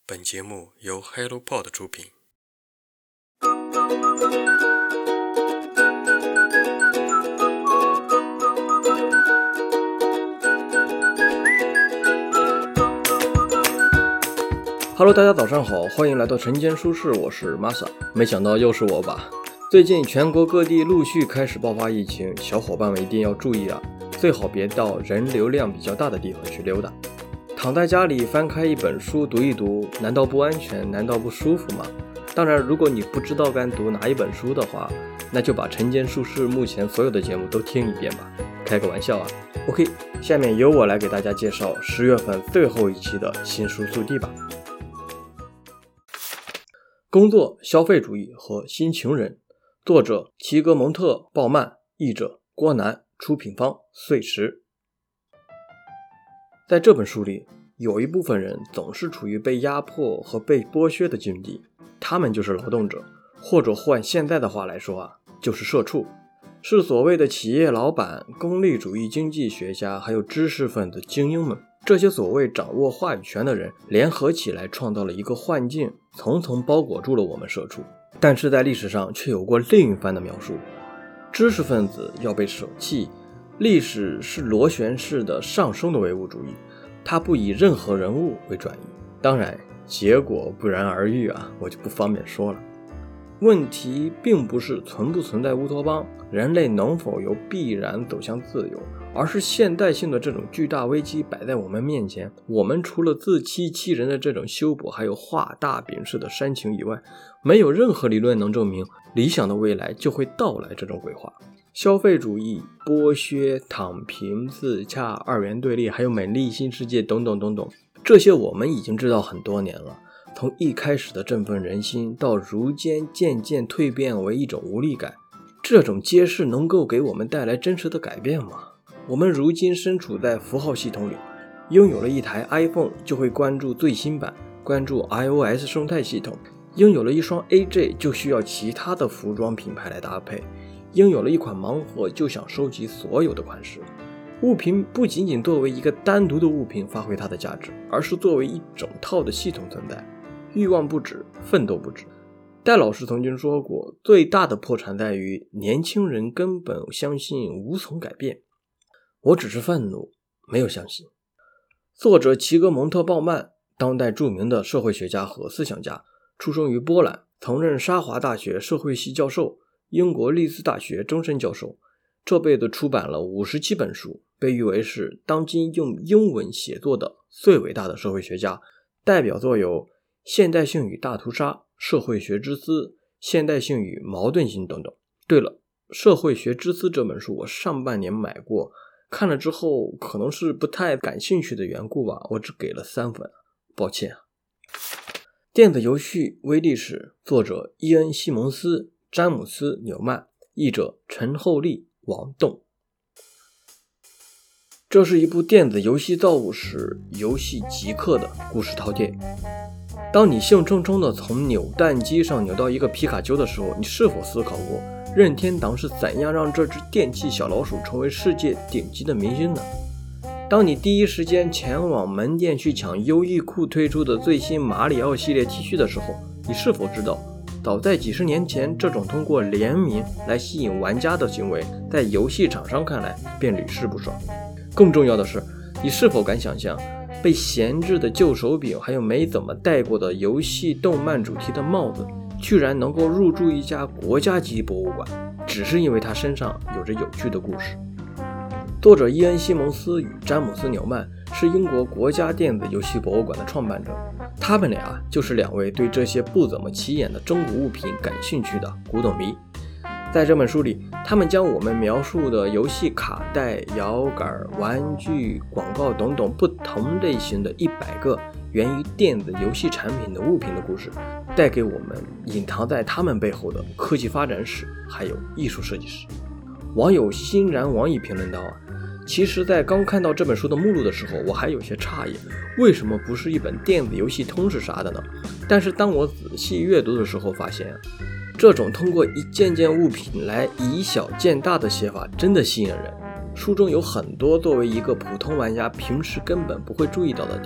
本节目由 HelloPod 出品。 Hello， 大家早上好，欢迎来到晨间书室，我是 Masa。没想到又是我吧？最近全国各地陆续开始爆发疫情，小伙伴们一定要注意啊，最好别到人流量比较大的地方去溜达。躺在家里翻开一本书读一读，难道不安全？难道不舒服吗？当然，如果你不知道该读哪一本书的话，那就把晨间书室目前所有的节目都听一遍吧。开个玩笑啊。OK， 下面由我来给大家介绍10月份最后一期的新书速递吧。工作、消费主义和新情人，作者齐格蒙特·鲍曼，译者郭楠，出品方碎石。在这本书里，有一部分人总是处于被压迫和被剥削的境地，他们就是劳动者，或者换现在的话来说啊，就是社畜，是所谓的企业老板、功利主义经济学家，还有知识分子精英们。这些所谓掌握话语权的人联合起来创造了一个幻境，层层包裹住了我们社畜。但是在历史上却有过另一番的描述，知识分子要被舍弃，历史是螺旋式的上升的唯物主义，它不以任何人物为转移。当然结果不言而喻啊，我就不方便说了。问题并不是存不存在乌托邦，人类能否由必然走向自由，而是现代性的这种巨大危机摆在我们面前，我们除了自欺欺人的这种修补，还有画大饼式的煽情以外，没有任何理论能证明理想的未来就会到来这种鬼话。消费主义、剥削、躺平、自洽、二元对立，还有美丽新世界等等等等，这些我们已经知道很多年了。从一开始的振奋人心，到如今渐渐蜕变为一种无力感，这种揭示能够给我们带来真实的改变吗？我们如今身处在符号系统里，拥有了一台 iPhone 就会关注最新版，关注 iOS 生态系统，拥有了一双 AJ 就需要其他的服装品牌来搭配，拥有了一款盲盒就想收集所有的款式。物品不仅仅作为一个单独的物品发挥它的价值，而是作为一整套的系统存在。欲望不止，奋斗不止。戴老师曾经说过，最大的破产在于年轻人根本相信无从改变。我只是愤怒，没有相信。作者齐格蒙特·鲍曼，当代著名的社会学家和思想家，出生于波兰，曾任沙华大学社会系教授，英国利兹大学终身教授，这辈子出版了57本书，被誉为是当今用英文写作的最伟大的社会学家。代表作有现代性与大屠杀、社会学之思、现代性与矛盾性等等。对了，社会学之思这本书我上半年买过，看了之后可能是不太感兴趣的缘故吧，我只给了3分，抱歉啊。电子游戏微历史，作者伊恩·西蒙斯、詹姆斯·纽曼，译者陈厚利、王栋。这是一部电子游戏造物史、游戏极客的故事饕餮。当你兴冲冲地从扭蛋机上扭到一个皮卡丘的时候，你是否思考过任天堂是怎样让这只电器小老鼠成为世界顶级的明星呢？当你第一时间前往门店去抢优衣库推出的最新马里奥系列 T 恤的时候，你是否知道早在几十年前，这种通过联名来吸引玩家的行为，在游戏厂商看来便屡试不爽。更重要的是，你是否敢想象被闲置的旧手柄，还有没怎么戴过的游戏动漫主题的帽子，居然能够入驻一家国家级博物馆，只是因为它身上有着有趣的故事。作者伊恩·西蒙斯与詹姆斯·纽曼是英国国家电子游戏博物馆的创办者，他们俩就是2位对这些不怎么起眼的中古物品感兴趣的古董迷。在这本书里，他们将我们描述的游戏卡带、摇杆、玩具、广告等等不同类型的100个源于电子游戏产品的物品的故事，带给我们隐藏在他们背后的科技发展史，还有艺术设计史。网友欣然网易评论道啊，其实在刚看到这本书的目录的时候，我还有些诧异，为什么不是一本电子游戏通识啥的呢？但是当我仔细阅读的时候发现，这种通过一件件物品来以小见大的写法真的吸引人。书中有很多作为一个普通玩家平时根本不会注意到的点，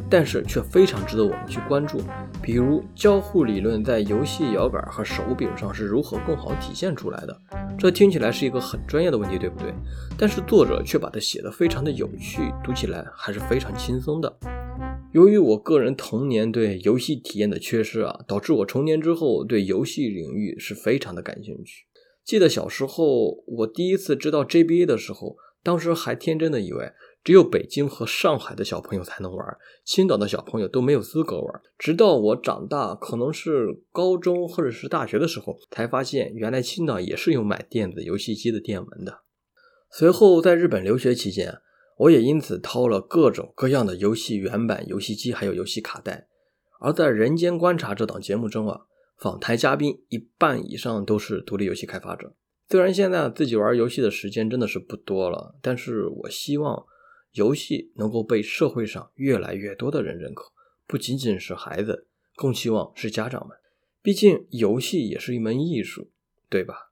但是却非常值得我们去关注。比如交互理论在游戏摇杆和手柄上是如何更好体现出来的，这听起来是一个很专业的问题，对不对？但是作者却把它写得非常的有趣，读起来还是非常轻松的。由于我个人童年对游戏体验的缺失导致我成年之后对游戏领域是非常的感兴趣。记得小时候我第一次知道 GBA 的时候，当时还天真的以为只有北京和上海的小朋友才能玩，青岛的小朋友都没有资格玩。直到我长大，可能是高中或者是大学的时候，才发现原来青岛也是有买电子游戏机的店门的。随后在日本留学期间，我也因此掏了各种各样的游戏原版游戏机还有游戏卡带。而在人间观察这档节目中访谈嘉宾一半以上都是独立游戏开发者。虽然现在自己玩游戏的时间真的是不多了，但是我希望游戏能够被社会上越来越多的人认可，不仅仅是孩子，更希望是家长们。毕竟游戏也是一门艺术，对吧？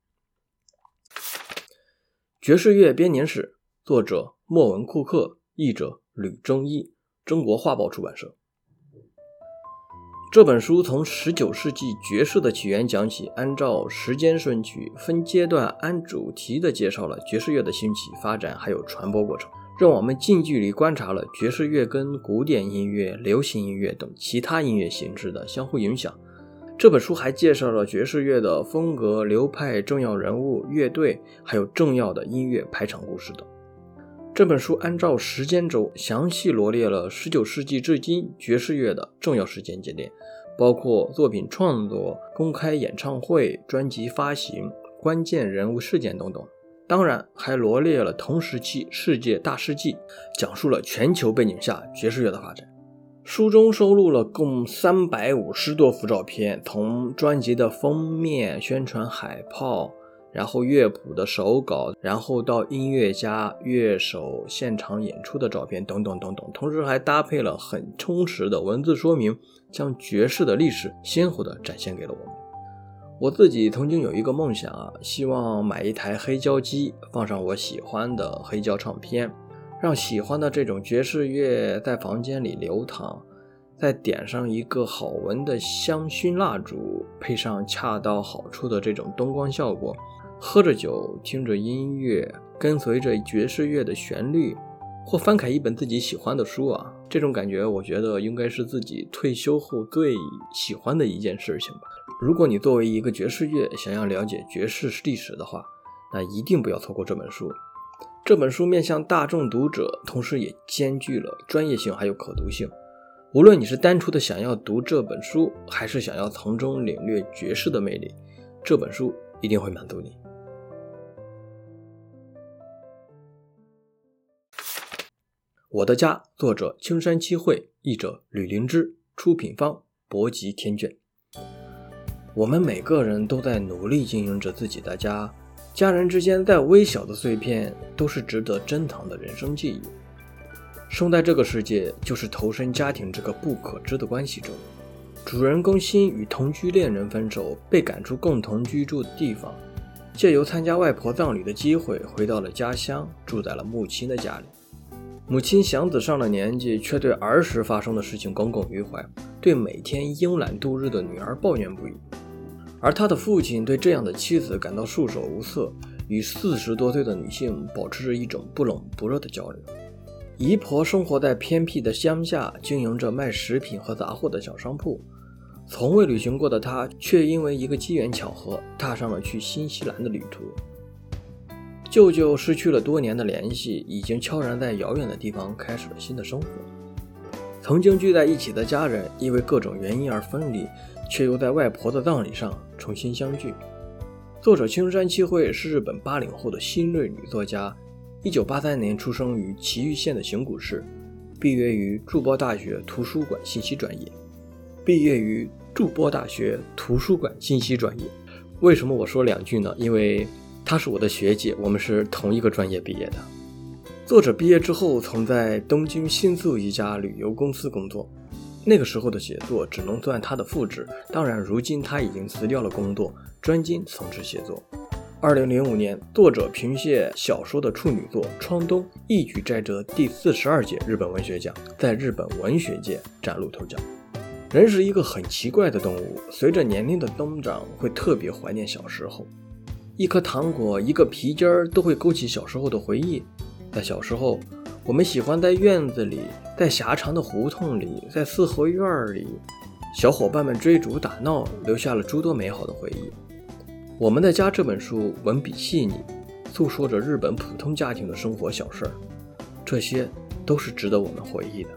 爵士乐编年史，作者莫文库克，译者吕正一，中国画报出版社。这本书从19世纪爵士的起源讲起，按照时间顺序分阶段按主题的介绍了爵士乐的兴起、发展还有传播过程，让我们近距离观察了爵士乐跟古典音乐、流行音乐等其他音乐形式的相互影响。这本书还介绍了爵士乐的风格、流派、重要人物、乐队，还有重要的音乐排场故事等。这本书按照时间轴详细罗列了19世纪至今爵士乐的重要时间节点，包括作品创作、公开演唱会、专辑发行、关键人物事件等等。当然还罗列了同时期世界大事记，讲述了全球背景下爵士乐的发展。书中收录了共350多幅照片，从专辑的封面、宣传海报，然后乐谱的手稿，然后到音乐家、乐手现场演出的照片等等等等，同时还搭配了很充实的文字说明，将爵士的历史鲜活地展现给了我们。我自己曾经有一个梦想希望买一台黑胶机，放上我喜欢的黑胶唱片，让喜欢的这种爵士乐在房间里流淌，再点上一个好闻的香薰蜡烛，配上恰到好处的这种灯光效果，喝着酒，听着音乐，跟随着爵士乐的旋律，或翻开一本自己喜欢的书这种感觉我觉得应该是自己退休后最喜欢的一件事情吧。如果你作为一个爵士乐想要了解爵士历史的话，那一定不要错过这本书。这本书面向大众读者，同时也兼具了专业性还有可读性。无论你是单纯的想要读这本书，还是想要从中领略爵士的魅力，这本书一定会满足你。我的家，作者青山七惠，译者吕灵芝，出品方博吉天卷。我们每个人都在努力经营着自己的家，家人之间再微小的碎片都是值得珍藏的人生记忆。生在这个世界，就是投身家庭这个不可知的关系中。主人公心与同居恋人分手，被赶出共同居住的地方，借由参加外婆葬礼的机会回到了家乡，住在了母亲的家里。母亲祥子上了年纪，却对儿时发生的事情耿耿于怀，对每天慵懒度日的女儿抱怨不已。而他的父亲对这样的妻子感到束手无策，与40多岁的女性保持着一种不冷不热的交流。姨婆生活在偏僻的乡下，经营着卖食品和杂货的小商铺。从未旅行过的她，却因为一个机缘巧合，踏上了去新西兰的旅途。舅舅失去了多年的联系，已经悄然在遥远的地方开始了新的生活。曾经聚在一起的家人，因为各种原因而分离，却又在外婆的葬礼上重新相聚。作者青山七惠是日本80后的新锐女作家，1983年出生于崎玉县的行谷市，毕业于筑波大学图书馆信息专业。为什么我说2句呢？因为她是我的学姐，我们是同一个专业毕业的。作者毕业之后曾在东京新宿一家旅游公司工作，那个时候的写作只能算他的副职，当然如今他已经辞掉了工作，专精从事写作。 2005年，作者凭借小说的处女作《窗东》一举摘得第42届日本文学奖，在日本文学界崭露头角。人是一个很奇怪的动物，随着年龄的增长，会特别怀念小时候。一颗糖果，一个皮筋儿，都会勾起小时候的回忆。在小时候，我们喜欢在院子里，在狭长的胡同里，在四合院里，小伙伴们追逐打闹，留下了诸多美好的回忆。我们的家这本书文笔细腻，诉说着日本普通家庭的生活小事儿，这些都是值得我们回忆的。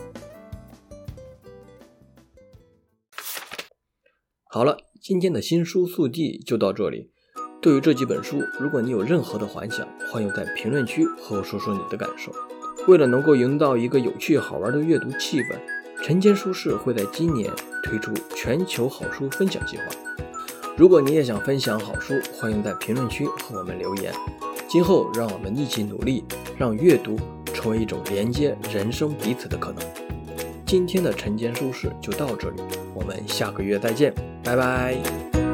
好了，今天的新书速递就到这里。对于这几本书，如果你有任何的幻想，欢迎在评论区和我说说你的感受。为了能够营造一个有趣好玩的阅读气氛，晨间书室会在今年推出全球好书分享计划。如果你也想分享好书，欢迎在评论区和我们留言。今后让我们一起努力，让阅读成为一种连接人生彼此的可能。今天的晨间书室就到这里，我们下个月再见，拜拜。